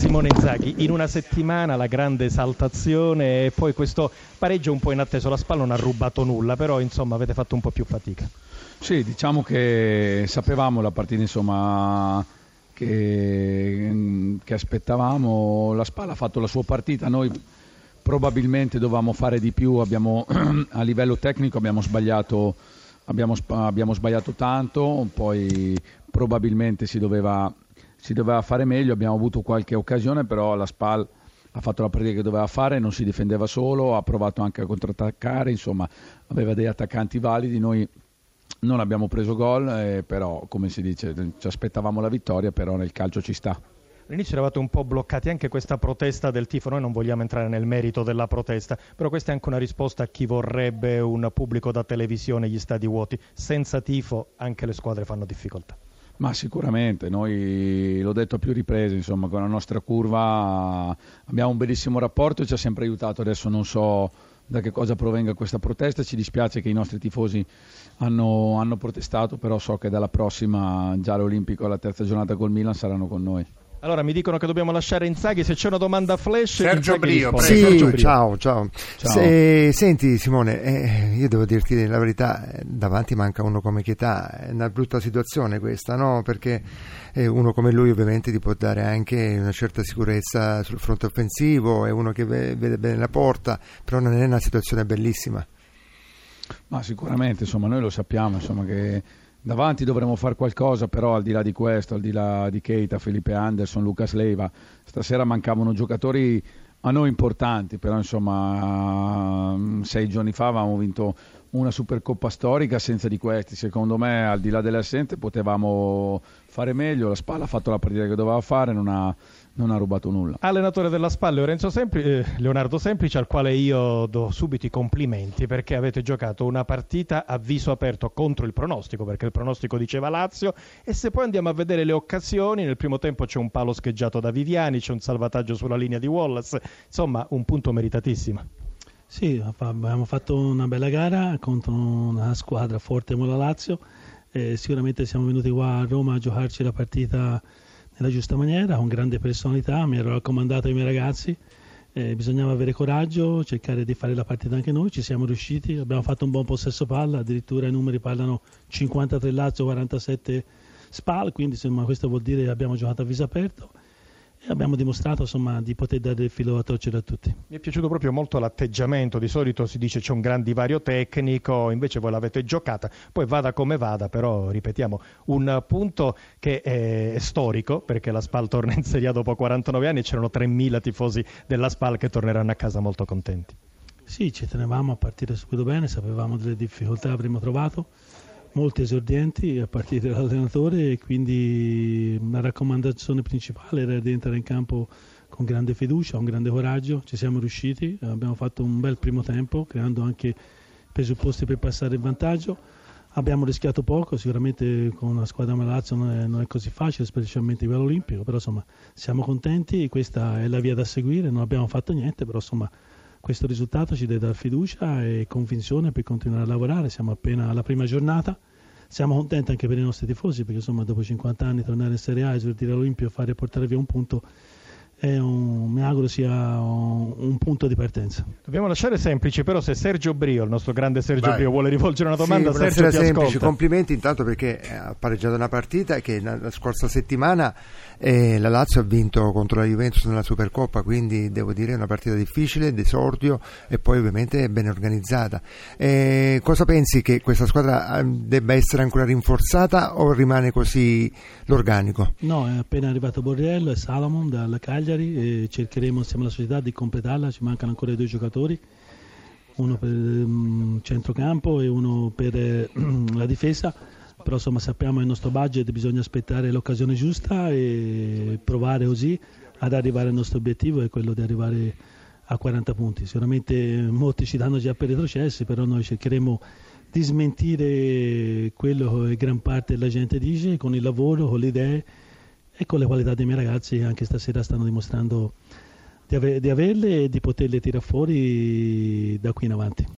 Simone Inzaghi, in una settimana la grande esaltazione e poi questo pareggio un po' inatteso. La SPAL non ha rubato nulla, però insomma avete fatto un po' più fatica. Sì, diciamo che sapevamo la partita insomma che aspettavamo. La SPAL ha fatto la sua partita, noi probabilmente dovevamo fare di più, a livello tecnico abbiamo sbagliato tanto, poi probabilmente si doveva fare meglio, abbiamo avuto qualche occasione, però la SPAL ha fatto la partita che doveva fare, non si difendeva solo, ha provato anche a contrattaccare, insomma aveva degli attaccanti validi, noi non abbiamo preso gol, però come si dice ci aspettavamo la vittoria, però nel calcio ci sta. All'inizio eravate un po' bloccati anche questa protesta del tifo, noi non vogliamo entrare nel merito della protesta, però questa è anche una risposta a chi vorrebbe un pubblico da televisione, gli stadi vuoti. Senza tifo anche le squadre fanno difficoltà. Ma sicuramente, noi l'ho detto a più riprese, insomma, con la nostra curva abbiamo un bellissimo rapporto e ci ha sempre aiutato. Adesso non so da che cosa provenga questa protesta, ci dispiace che i nostri tifosi hanno protestato, però so che dalla prossima, già all'Olimpico, alla terza giornata col Milan, saranno con noi. Allora mi dicono che dobbiamo lasciare Inzaghi, se c'è una domanda flash Sergio Brio, risponde. Sì, Sergio Brio. ciao. Senti Simone, io devo dirti la verità, davanti manca uno come Chietà, è una brutta situazione questa, no? Perché uno come lui ovviamente ti può dare anche una certa sicurezza sul fronte offensivo, è uno che vede bene la porta, però non è una situazione bellissima. Ma sicuramente, insomma, noi lo sappiamo, insomma, che davanti dovremmo fare qualcosa, però al di là di questo, al di là di Keita, Felipe Anderson, Lucas Leiva, stasera mancavano giocatori a noi importanti, però insomma 6 giorni fa avevamo vinto una Supercoppa storica senza di questi. Secondo me, al di là delle assenze, potevamo fare meglio. La SPAL ha fatto la partita che doveva fare, non ha rubato nulla. Allenatore della SPAL Leonardo Semplice, al quale io do subito i complimenti, perché avete giocato una partita a viso aperto contro il pronostico, perché il pronostico diceva Lazio, e se poi andiamo a vedere le occasioni, nel primo tempo c'è un palo scheggiato da Viviani, c'è un salvataggio sulla linea di Wallace, insomma un punto meritatissimo. Sì, abbiamo fatto una bella gara contro una squadra forte come la Lazio, sicuramente siamo venuti qua a Roma a giocarci la partita nella giusta maniera, con grande personalità, mi ero raccomandato ai miei ragazzi, bisognava avere coraggio, cercare di fare la partita anche noi, ci siamo riusciti, abbiamo fatto un buon possesso palla, addirittura i numeri parlano 53 Lazio, 47 SPAL, quindi insomma questo vuol dire che abbiamo giocato a viso aperto. E abbiamo dimostrato insomma di poter dare il filo a torcere a tutti. Mi è piaciuto proprio molto l'atteggiamento, di solito si dice c'è un gran divario tecnico, invece voi l'avete giocata, poi vada come vada, però ripetiamo un punto che è storico, perché la SPAL torna in Serie A dopo 49 anni e c'erano 3.000 tifosi della SPAL che torneranno a casa molto contenti. Sì, ci tenevamo a partire subito bene, sapevamo delle difficoltà avremmo trovato, molti esordienti a partire dall'allenatore, e quindi la raccomandazione principale era di entrare in campo con grande fiducia, con grande coraggio. Ci siamo riusciti, abbiamo fatto un bel primo tempo creando anche presupposti per passare il vantaggio, abbiamo rischiato poco, sicuramente con una squadra come Lazio non è così facile, specialmente a livello olimpico, però insomma siamo contenti, questa è la via da seguire, non abbiamo fatto niente, però insomma questo risultato ci deve dare fiducia e convinzione per continuare a lavorare, siamo appena alla prima giornata, siamo contenti anche per i nostri tifosi, perché insomma dopo 50 anni tornare in Serie A, esordire all'Olimpio, fare portare via un punto, mi auguro sia un punto di partenza. Dobbiamo lasciare Semplice, però se Sergio Brio, il nostro grande Sergio Brio, vuole rivolgere una domanda, sì, Sergio ti Semplice, ascolta. complimenti intanto perché ha pareggiato una partita che la scorsa settimana la Lazio ha vinto contro la Juventus nella Supercoppa, quindi devo dire è una partita difficile, d'esordio e poi ovviamente ben organizzata. Cosa pensi, che questa squadra debba essere ancora rinforzata o rimane così l'organico? No, è appena arrivato Borriello e Salomon dalla Cagliari, e cercheremo insieme alla società di completarla, ci mancano ancora 2 giocatori, uno per centrocampo e uno per la difesa, però insomma sappiamo che il nostro budget bisogna aspettare l'occasione giusta e provare così ad arrivare al nostro obiettivo, è quello di arrivare a 40 punti. Sicuramente molti ci danno già per retrocessi, però noi cercheremo di smentire quello che gran parte della gente dice con il lavoro, con le idee e con le qualità dei miei ragazzi che anche stasera stanno dimostrando di averle e di poterle tirare fuori da qui in avanti.